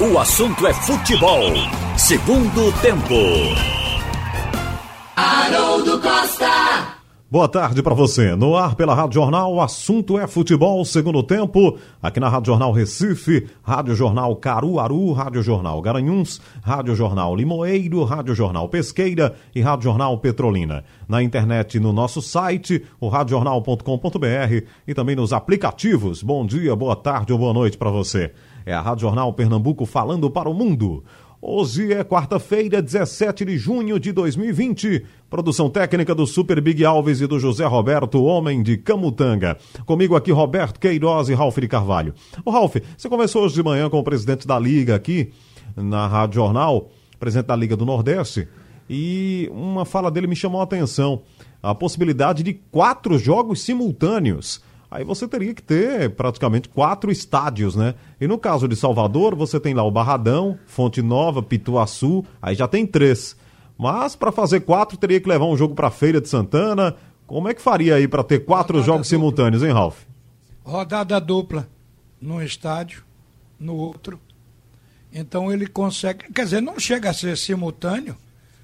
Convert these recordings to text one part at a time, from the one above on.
O assunto é futebol. Segundo tempo. Haroldo Costa. Boa tarde para você. No ar pela Rádio Jornal, o assunto é futebol, segundo tempo. Aqui na Rádio Jornal Recife, Rádio Jornal Caruaru, Rádio Jornal Garanhuns, Rádio Jornal Limoeiro, Rádio Jornal Pesqueira e Rádio Jornal Petrolina. Na internet, no nosso site, o radiojornal.com.br e também nos aplicativos. Bom dia, boa tarde ou boa noite para você. É a Rádio Jornal Pernambuco falando para o mundo. Hoje é quarta-feira, 17 de junho de 2020. Produção técnica do Super Big Alves e do José Roberto, homem de Camutanga. Comigo aqui, Roberto Queiroz e Ralf de Carvalho. Ô Ralf, você conversou hoje de manhã com o presidente da Liga aqui, na Rádio Jornal, presidente da Liga do Nordeste, e uma fala dele me chamou a atenção. A possibilidade de 4 jogos simultâneos. Aí você teria que ter praticamente 4 estádios, né? E no caso de Salvador, você tem lá o Barradão, Fonte Nova, Pituaçu, aí já tem 3. Mas para fazer 4, teria que levar um jogo para a Feira de Santana. Como é que faria aí para ter 4 jogos simultâneos, hein, Ralf? Rodada dupla num estádio, no outro. Então ele consegue... Quer dizer, não chega a ser simultâneo.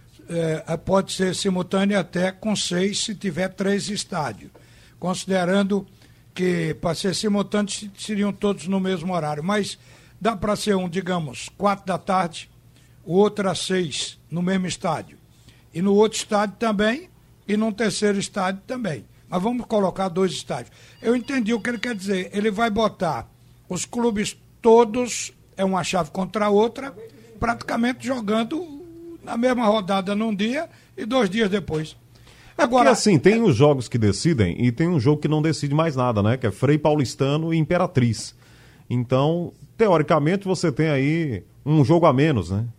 Pode ser simultâneo até com 6, se tiver 3 estádios. Considerando que para ser simultâneo seriam todos no mesmo horário, mas dá para ser digamos, 4 da tarde, o outro às 6 no mesmo estádio. E no outro estádio também, e num terceiro estádio também. Mas vamos colocar 2 estádios. Eu entendi o que ele quer dizer. Ele vai botar os clubes todos, uma chave contra a outra, praticamente jogando na mesma rodada num dia e 2 dias depois. Agora, assim, tem os jogos que decidem e tem um jogo que não decide mais nada, né? Que é Frei Paulistano e Imperatriz. Então, teoricamente, você tem aí um jogo a menos, né?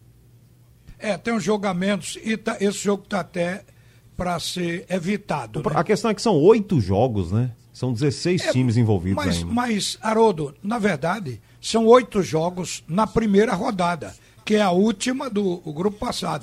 Tem um jogo a menos e esse jogo está até para ser evitado. A questão é que são 8 jogos, né? São 16 times envolvidos ainda. Mas, Haroldo, na verdade, são 8 jogos na primeira rodada, que é a última do grupo passado.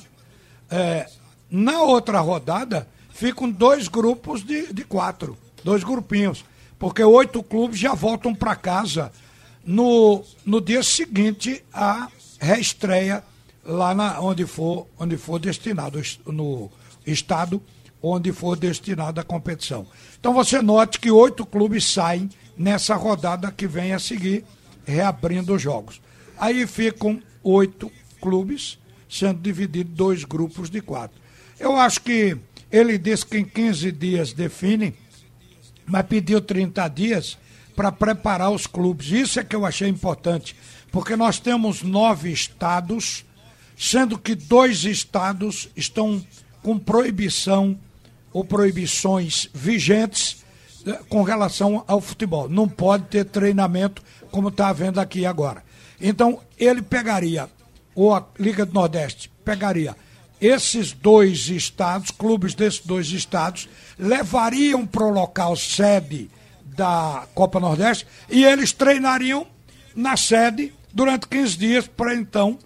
Na outra rodada... ficam 2 grupos de 4, 2 grupinhos, porque 8 clubes já voltam para casa no dia seguinte à reestreia lá onde for destinado, no estado onde for destinada a competição. Então você note que 8 clubes saem nessa rodada que vem a seguir, reabrindo os jogos. Aí ficam 8 clubes sendo divididos em 2 grupos de 4. Eu acho que ele disse que em 15 dias define, mas pediu 30 dias para preparar os clubes. Isso é que eu achei importante, porque nós temos 9 estados, sendo que 2 estados estão com proibição ou proibições vigentes com relação ao futebol. Não pode ter treinamento como está havendo aqui agora. Então, ele pegaria, ou a Liga do Nordeste pegaria esses 2 estados, clubes desses 2 estados, levariam para o local sede da Copa Nordeste e eles treinariam na sede durante 15 dias para então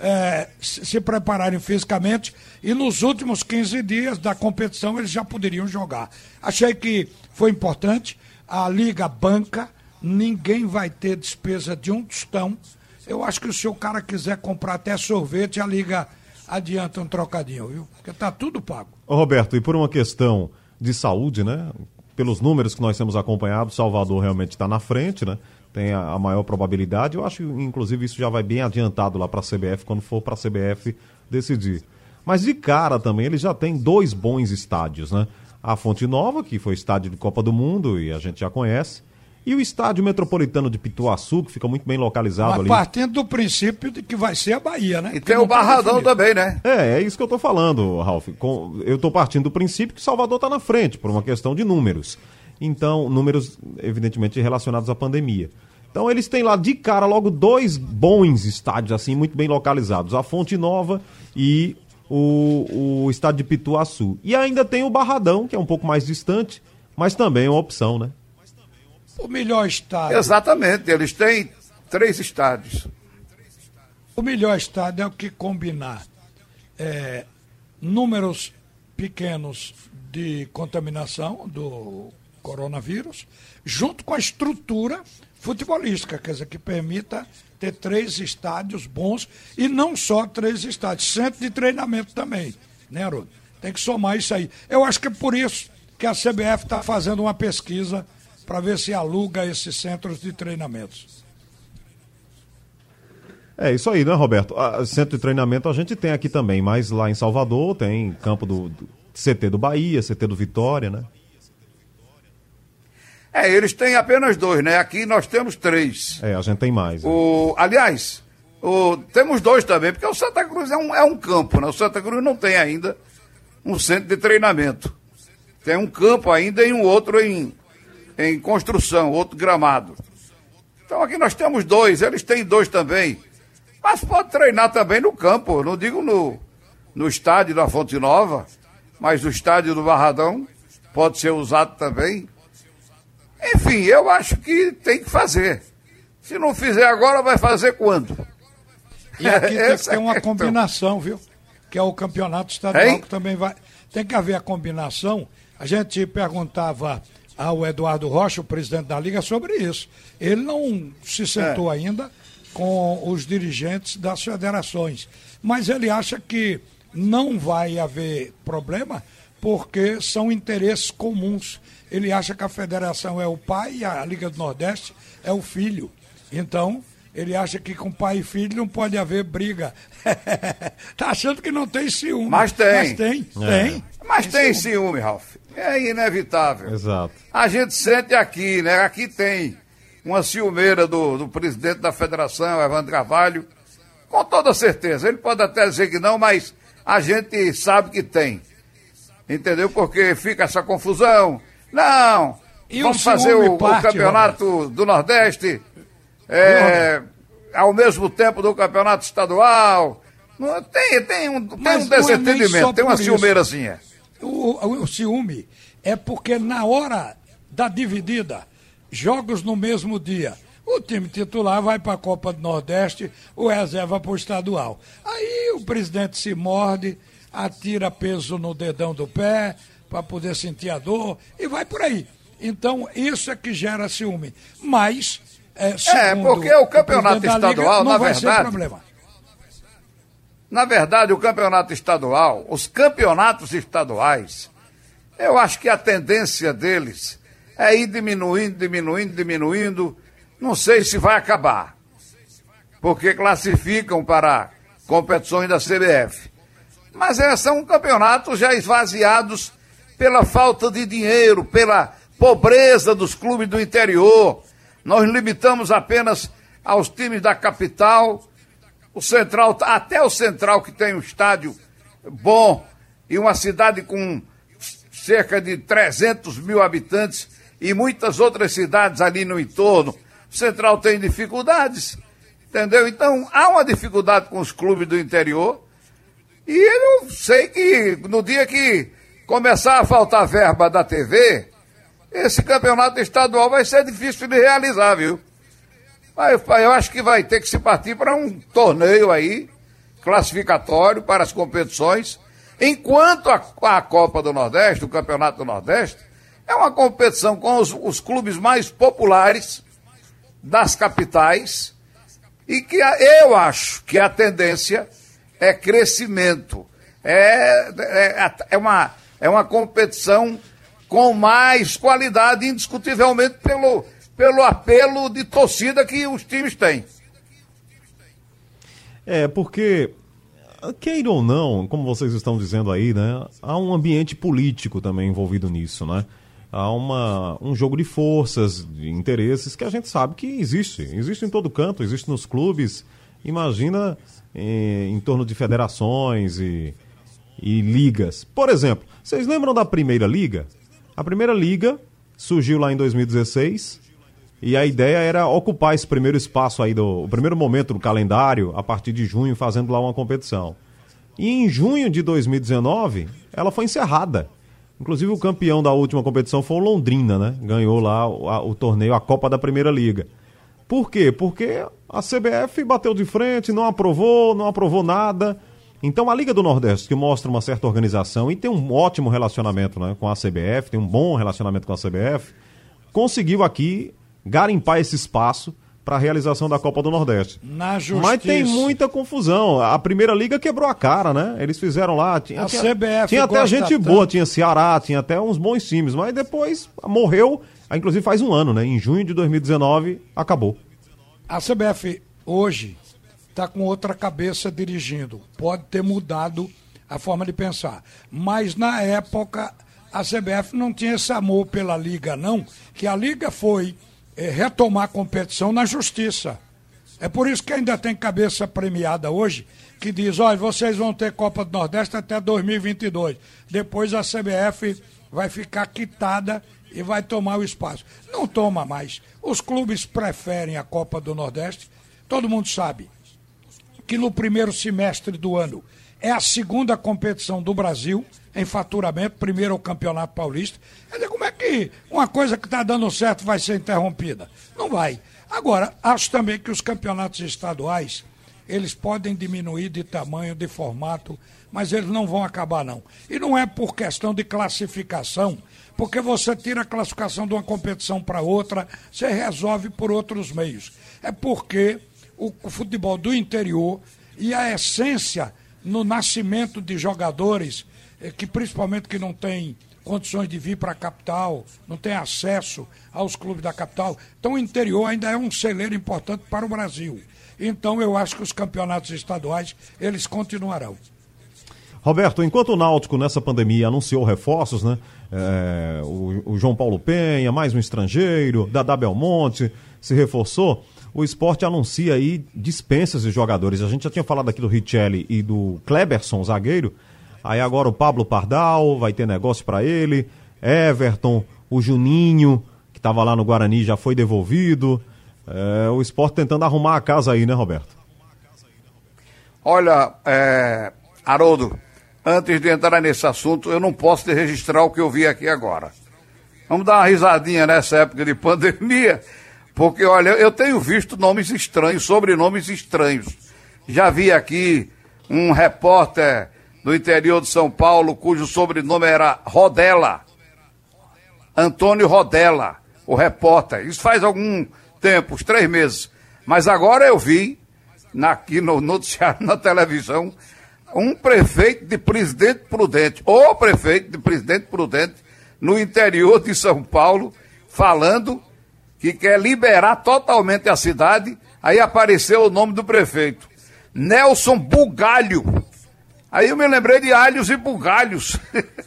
se prepararem fisicamente e nos últimos 15 dias da competição eles já poderiam jogar. Achei que foi importante, a Liga banca, ninguém vai ter despesa de um tostão. Eu acho que se o cara quiser comprar até sorvete, a Liga adianta um trocadinho, viu? Porque tá tudo pago. Ô Roberto, e por uma questão de saúde, né? Pelos números que nós temos acompanhado, Salvador realmente está na frente, né? Tem a maior probabilidade. Eu acho que, inclusive, isso já vai bem adiantado lá para a CBF, quando for para a CBF decidir. Mas de cara também, ele já tem 2 bons estádios, né? A Fonte Nova, que foi estádio de Copa do Mundo e a gente já conhece, e o estádio metropolitano de Pituaçu, que fica muito bem localizado ali. Partindo do princípio de que vai ser a Bahia, né? E tem o Barradão também, né? É isso que eu tô falando, Ralf. Eu tô partindo do princípio que Salvador tá na frente, por uma questão de números. Então, números, evidentemente, relacionados à pandemia. Então, eles têm lá de cara logo 2 bons estádios, assim, muito bem localizados. A Fonte Nova e o estádio de Pituaçu. E ainda tem o Barradão, que é um pouco mais distante, mas também é uma opção, né? O melhor estádio. Exatamente, eles têm 3 estádios. O melhor estádio é o que combinar números pequenos de contaminação do coronavírus, junto com a estrutura futebolística, quer dizer, que permita ter 3 estádios bons e não só 3 estádios, centro de treinamento também, né, Haroldo? Tem que somar isso aí. Eu acho que é por isso que a CBF está fazendo uma pesquisa para ver se aluga esses centros de treinamentos. É isso aí, né, Roberto? Centro de treinamento a gente tem aqui também, mas lá em Salvador tem campo do CT do Bahia, CT do Vitória, né? Eles têm apenas 2, né? Aqui nós temos 3. A gente tem mais. Né? Aliás, temos 2 também, porque o Santa Cruz é um campo, né? O Santa Cruz não tem ainda um centro de treinamento. Tem um campo ainda e um outro em construção, outro gramado. Então aqui nós temos 2, eles têm 2 também. Mas pode treinar também no campo, não digo no estádio da Fonte Nova, mas o estádio do Barradão pode ser usado também. Enfim, eu acho que tem que fazer. Se não fizer agora, vai fazer quando? E aqui tem que ter uma combinação, viu? Que é o campeonato estadual, que também vai... Tem que haver a combinação. A gente perguntava ao Eduardo Rocha, o presidente da Liga, sobre isso. Ele não se sentou ainda com os dirigentes das federações. Mas ele acha que não vai haver problema porque são interesses comuns. Ele acha que a federação é o pai e a Liga do Nordeste é o filho. Então, ele acha que com pai e filho não pode haver briga. Tá achando que não tem ciúme. Mas tem. Mas tem. Mas tem ciúme, Ralf. É inevitável. Exato. A gente sente aqui, né? Aqui tem uma ciumeira do presidente da federação, Evandro Carvalho, com toda certeza. Ele pode até dizer que não, mas a gente sabe que tem. Entendeu? Porque fica essa confusão. Não, vamos fazer o campeonato do Nordeste ao mesmo tempo do campeonato estadual. Tem um desentendimento, tem uma ciumeirazinha. O ciúme é porque na hora da dividida, jogos no mesmo dia, o time titular vai para a Copa do Nordeste, o reserva para o estadual. Aí o presidente se morde, atira peso no dedão do pé para poder sentir a dor e vai por aí. Então, isso é que gera ciúme. Mas, porque o campeonato estadual, na verdade... Na verdade, o campeonato estadual, os campeonatos estaduais, eu acho que a tendência deles é ir diminuindo. Não sei se vai acabar, porque classificam para competições da CBF. Mas são campeonatos já esvaziados pela falta de dinheiro, pela pobreza dos clubes do interior. Nós limitamos apenas aos times da capital. O Central, até o Central, que tem um estádio bom e uma cidade com cerca de 300 mil habitantes e muitas outras cidades ali no entorno, o Central tem dificuldades, entendeu? Então, há uma dificuldade com os clubes do interior e eu sei que no dia que começar a faltar verba da TV, esse campeonato estadual vai ser difícil de realizar, viu? Eu acho que vai ter que se partir para um torneio aí, classificatório para as competições, enquanto a Copa do Nordeste, o Campeonato do Nordeste, é uma competição com os clubes mais populares das capitais e que eu acho que a tendência é crescimento. É uma competição com mais qualidade, indiscutivelmente pelo apelo de torcida que os times têm. Porque, queira ou não, como vocês estão dizendo aí, né, há um ambiente político também envolvido nisso, né? Há um jogo de forças, de interesses que a gente sabe que existe em todo canto, existe nos clubes, imagina em torno de federações e ligas. Por exemplo, vocês lembram da Primeira Liga? A Primeira Liga surgiu lá em 2016 e a ideia era ocupar esse primeiro espaço aí, o primeiro momento do calendário, a partir de junho, fazendo lá uma competição. E em junho de 2019, ela foi encerrada. Inclusive o campeão da última competição foi o Londrina, né? Ganhou lá o torneio, a Copa da Primeira Liga. Por quê? Porque a CBF bateu de frente, não aprovou nada. Então a Liga do Nordeste, que mostra uma certa organização e tem um ótimo relacionamento, né, com a CBF, tem um bom relacionamento com a CBF, conseguiu aqui garimpar esse espaço para a realização da Copa do Nordeste. Na justiça. Mas tem muita confusão. A Primeira Liga quebrou a cara, né? Eles fizeram lá... Tinha até gente boa, tinha Ceará, tinha até uns bons times, mas depois morreu, inclusive faz um ano, né? Em junho de 2019, acabou. A CBF hoje está com outra cabeça dirigindo. Pode ter mudado a forma de pensar. Mas na época, a CBF não tinha esse amor pela Liga, não, que a Liga foi retomar a competição na justiça. É por isso que ainda tem cabeça premiada hoje, que diz, olha, vocês vão ter Copa do Nordeste até 2022. Depois a CBF vai ficar quitada e vai tomar o espaço. Não toma mais. Os clubes preferem a Copa do Nordeste. Todo mundo sabe que no primeiro semestre do ano é a segunda competição do Brasil em faturamento, primeiro é o Campeonato Paulista. Quer dizer, como é que uma coisa que está dando certo vai ser interrompida? Não vai. Agora, acho também que os campeonatos estaduais, eles podem diminuir de tamanho, de formato, mas eles não vão acabar, não. E não é por questão de classificação, porque você tira a classificação de uma competição para outra, você resolve por outros meios. É porque o futebol do interior e a essência no nascimento de jogadores que principalmente que não tem condições de vir para a capital, não tem acesso aos clubes da capital. Então o interior ainda é um celeiro importante para o Brasil. Então eu acho que os campeonatos estaduais, eles continuarão. Roberto, enquanto o Náutico nessa pandemia anunciou reforços, né? O João Paulo Penha, mais um estrangeiro, Dadá Belmonte se reforçou, o Sport anuncia aí dispensas de jogadores. A gente já tinha falado aqui do Richelli e do Kleberson, zagueiro. Aí agora o Pablo Pardal, vai ter negócio para ele. Everton, o Juninho, que estava lá no Guarani, já foi devolvido. O Sport tentando arrumar a casa aí, né, Roberto? Olha, Haroldo, antes de entrar nesse assunto, eu não posso registrar o que eu vi aqui agora. Vamos dar uma risadinha nessa época de pandemia, porque, olha, eu tenho visto nomes estranhos, sobrenomes estranhos. Já vi aqui um repórter do interior de São Paulo, cujo sobrenome era Rodella. Antônio Rodella, o repórter. Isso faz algum tempo, uns 3 meses. Mas agora eu vi, aqui no noticiário, na televisão, um prefeito de Presidente Prudente, ou prefeito de Presidente Prudente, no interior de São Paulo, falando que quer liberar totalmente a cidade. Aí apareceu o nome do prefeito, Nelson Bugalho. Aí eu me lembrei de Alhos e Bugalhos.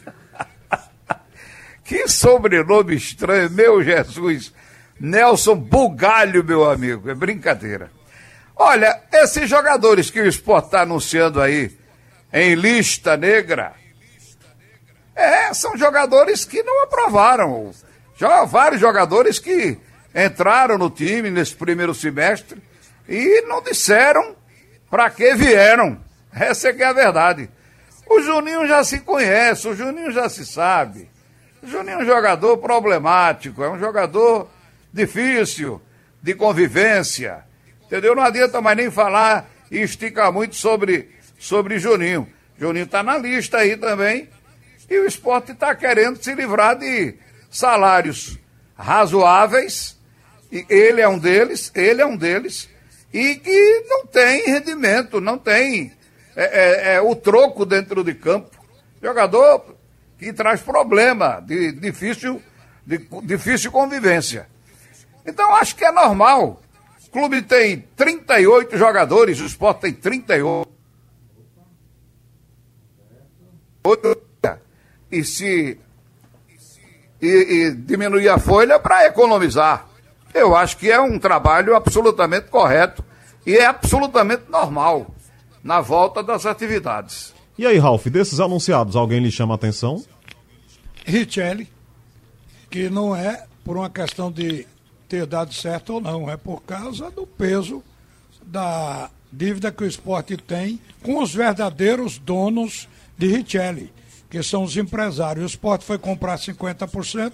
Que sobrenome estranho, meu Jesus. Nelson Bugalho, meu amigo, é brincadeira. Olha, esses jogadores que o Sport está anunciando aí, em lista negra, são jogadores que não aprovaram. Já vários jogadores que entraram no time nesse primeiro semestre e não disseram para que vieram. Essa é que é a verdade. O Juninho já se conhece, o Juninho já se sabe. O Juninho é um jogador problemático, é um jogador difícil de convivência. Entendeu? Não adianta mais nem falar e esticar muito sobre Juninho. Juninho está na lista aí também. E o Sport está querendo se livrar de salários razoáveis. E ele é um deles. E que não tem rendimento, não tem o troco dentro de campo. Jogador que traz problema de difícil convivência. Então acho que é normal. O clube tem 38 jogadores, o Sport tem 38. E diminuir a folha para economizar. Eu acho que é um trabalho absolutamente correto e é absolutamente normal na volta das atividades. E aí, Ralf, desses anunciados, alguém lhe chama a atenção? Richelli, que não é por uma questão de ter dado certo ou não, é por causa do peso da dívida que o Sport tem com os verdadeiros donos de Richelli, que são os empresários. O Sport foi comprar 50%,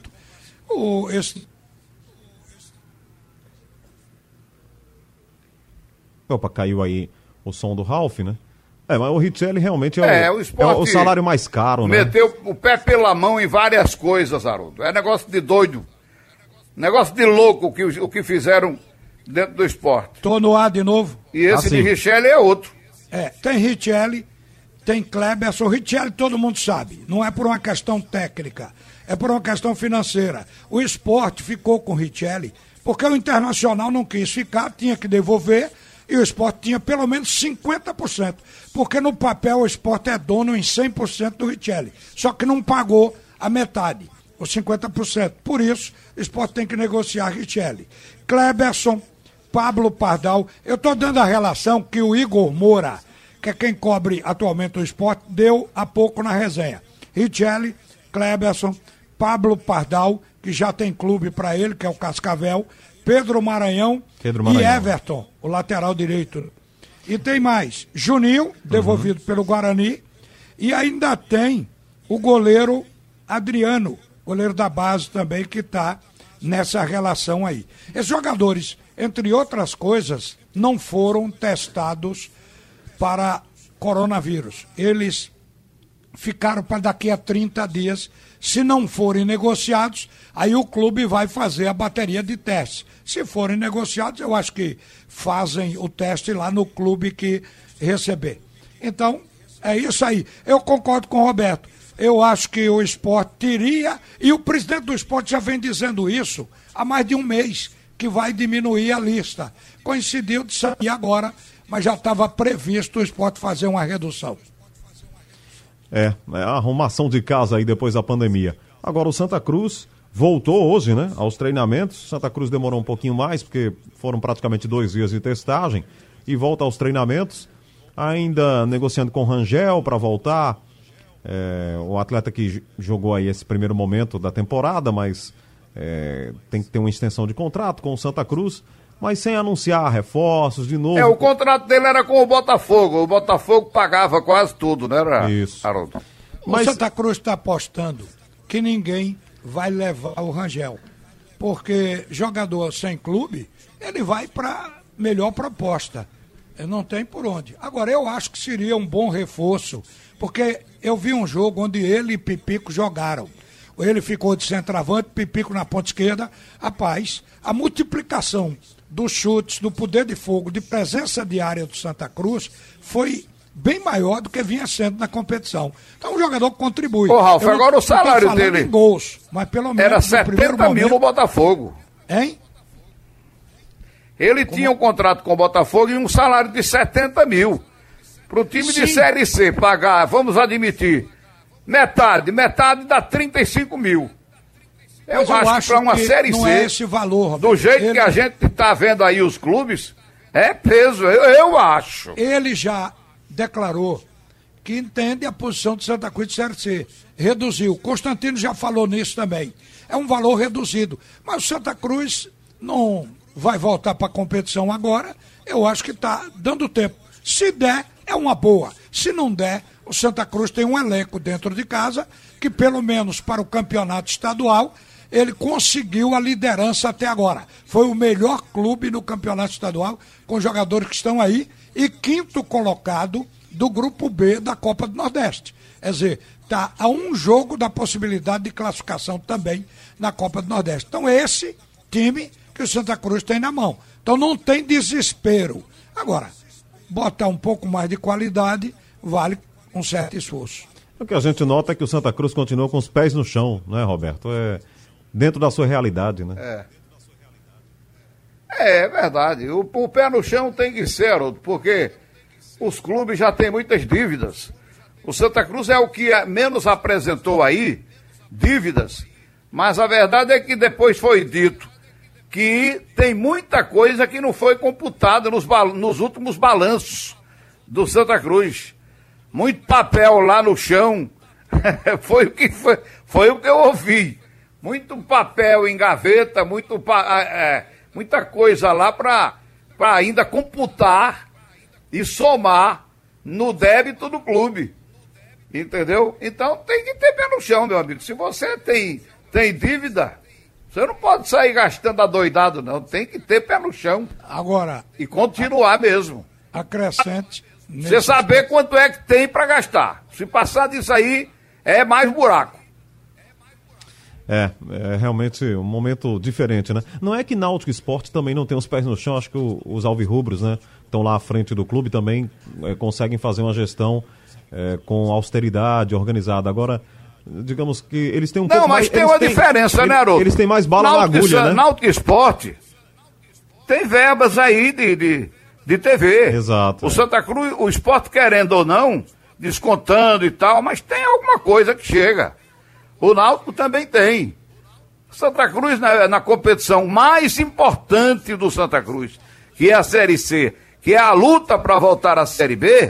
Opa, caiu aí o som do Ralf, né? Mas o Richelli realmente é o salário mais caro, né? Meteu o pé pela mão em várias coisas, Haroldo. É negócio de doido. Negócio de louco o que fizeram dentro do esporte. Tô no ar de novo. E esse de Richelli é outro. Tem Richelli, tem Kleberson. Richelli todo mundo sabe, não é por uma questão técnica, é por uma questão financeira. O esporte ficou com Richelli porque o Internacional não quis ficar, tinha que devolver, e o esporte tinha pelo menos 50%, porque no papel o esporte é dono em 100% do Richelli, só que não pagou a metade, os 50%. Por isso, o esporte tem que negociar Richelli. Kleberson, Pablo Pardal, eu estou dando a relação que o Igor Moura, que é quem cobre atualmente o esporte, deu há pouco na resenha. Richelli, Kleberson, Pablo Pardal, que já tem clube para ele, que é o Cascavel, Pedro Maranhão e Everton, o lateral direito. E tem mais, Juninho, devolvido pelo Guarani, e ainda tem o goleiro Adriano, goleiro da base também, que está nessa relação aí. Esses jogadores, entre outras coisas, não foram testados para coronavírus. Eles ficaram para daqui a 30 dias. Se não forem negociados, aí o clube vai fazer a bateria de testes. Se forem negociados, eu acho que fazem o teste lá no clube que receber. Então, é isso aí. Eu concordo com o Roberto. Eu acho que o esporte teria, e o presidente do esporte já vem dizendo isso há mais de um mês, que vai diminuir a lista. Coincidiu de sair agora, mas já estava previsto o esporte fazer uma redução. É a arrumação de casa aí depois da pandemia. Agora o Santa Cruz voltou hoje, né, aos treinamentos. Santa Cruz demorou um pouquinho mais, porque foram praticamente 2 dias de testagem, e volta aos treinamentos, ainda negociando com o Rangel para voltar. O atleta que jogou aí esse primeiro momento da temporada, mas tem que ter uma extensão de contrato com o Santa Cruz, mas sem anunciar reforços de novo. O contrato dele era com o Botafogo pagava quase tudo, né, isso. Haroldo? Mas o Santa Cruz está apostando que ninguém vai levar o Rangel, porque jogador sem clube, ele vai para melhor proposta, não tem por onde. Agora, eu acho que seria um bom reforço, porque eu vi um jogo onde ele e Pipico jogaram. Ele ficou de centroavante, Pipico na ponta esquerda. Rapaz, a multiplicação dos chutes, do poder de fogo, de presença diária do Santa Cruz foi bem maior do que vinha sendo na competição. Então, um jogador que contribui. Ô, Ralf, agora o salário dele em gols, mas pelo menos era 70 mil no Botafogo. Hein? Ele tinha um contrato com o Botafogo e um salário de 70 mil. Para o time de Série C pagar, vamos admitir, metade dá 35 mil. Eu acho que para uma Série C, é esse valor, Roberto. Do jeito que a gente está vendo aí os clubes, é peso, eu acho. Ele já declarou que entende a posição de Santa Cruz de Série C. Reduziu. Constantino já falou nisso também. É um valor reduzido. Mas o Santa Cruz não vai voltar para a competição agora. Eu acho que está dando tempo. Se der, é uma boa. Se não der, o Santa Cruz tem um elenco dentro de casa que, pelo menos para o campeonato estadual, ele conseguiu a liderança até agora. Foi o melhor clube no campeonato estadual, com jogadores que estão aí, e 5º colocado do grupo B da Copa do Nordeste. Quer dizer, está a um jogo da possibilidade de classificação também na Copa do Nordeste. Então, é esse time que o Santa Cruz tem na mão. Então, não tem desespero. Agora, botar um pouco mais de qualidade vale um certo esforço. O que a gente nota é que o Santa Cruz continua com os pés no chão, né, Roberto? Dentro da sua realidade, né? É verdade. O pé no chão tem que ser, Haroldo, porque os clubes já têm muitas dívidas. O Santa Cruz é o que menos apresentou aí, dívidas. Mas a verdade é que depois foi dito que tem muita coisa que não foi computada nos últimos balanços do Santa Cruz. Muito papel lá no chão, foi o que eu ouvi. Muito papel em gaveta, muita coisa lá para ainda computar e somar no débito do clube. Entendeu? Então tem que ter pé no chão, meu amigo. Se você tem dívida, você não pode sair gastando adoidado, não. Tem que ter pé no chão. Agora. E continuar mesmo. Acrescente. Você saber quanto é que tem para gastar. Se passar disso aí, é mais buraco. É realmente um momento diferente, né? Não é que Náutico Esporte também não tem os pés no chão, acho que os alvirrubros, né, estão lá à frente do clube, também conseguem fazer uma gestão com austeridade, organizada. Agora, digamos que eles têm um pouco mais... Não, mas tem uma diferença, né, Haroldo? Eles têm mais bala na agulha, né? Náutico Esporte tem verbas aí de TV. Exato. O Santa Cruz, o Esporte querendo ou não, descontando e tal, mas tem alguma coisa que chega. O Náutico também tem. Santa Cruz, na competição mais importante do Santa Cruz, que é a Série C, que é a luta para voltar à Série B,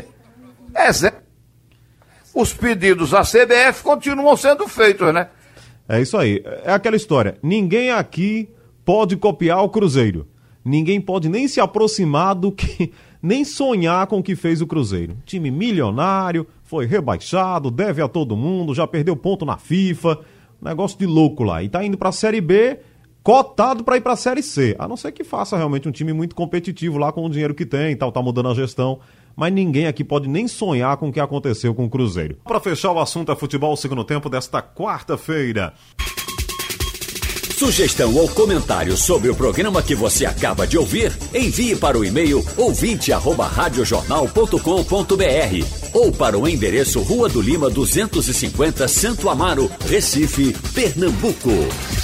os pedidos à CBF continuam sendo feitos, né? É isso aí. É aquela história. Ninguém aqui pode copiar o Cruzeiro. Ninguém pode nem se aproximar do que... nem sonhar com o que fez o Cruzeiro. Time milionário, foi rebaixado, deve a todo mundo, já perdeu ponto na FIFA, negócio de louco lá. E tá indo pra Série B, cotado pra ir pra Série C. A não ser que faça realmente um time muito competitivo lá com o dinheiro que tem e tal, tá mudando a gestão. Mas ninguém aqui pode nem sonhar com o que aconteceu com o Cruzeiro. Para fechar o assunto é futebol segundo tempo desta quarta-feira. Sugestão ou comentário sobre o programa que você acaba de ouvir, envie para o e-mail ouvinte@radiojornal.com.br ou para o endereço Rua do Lima 250, Santo Amaro, Recife, Pernambuco.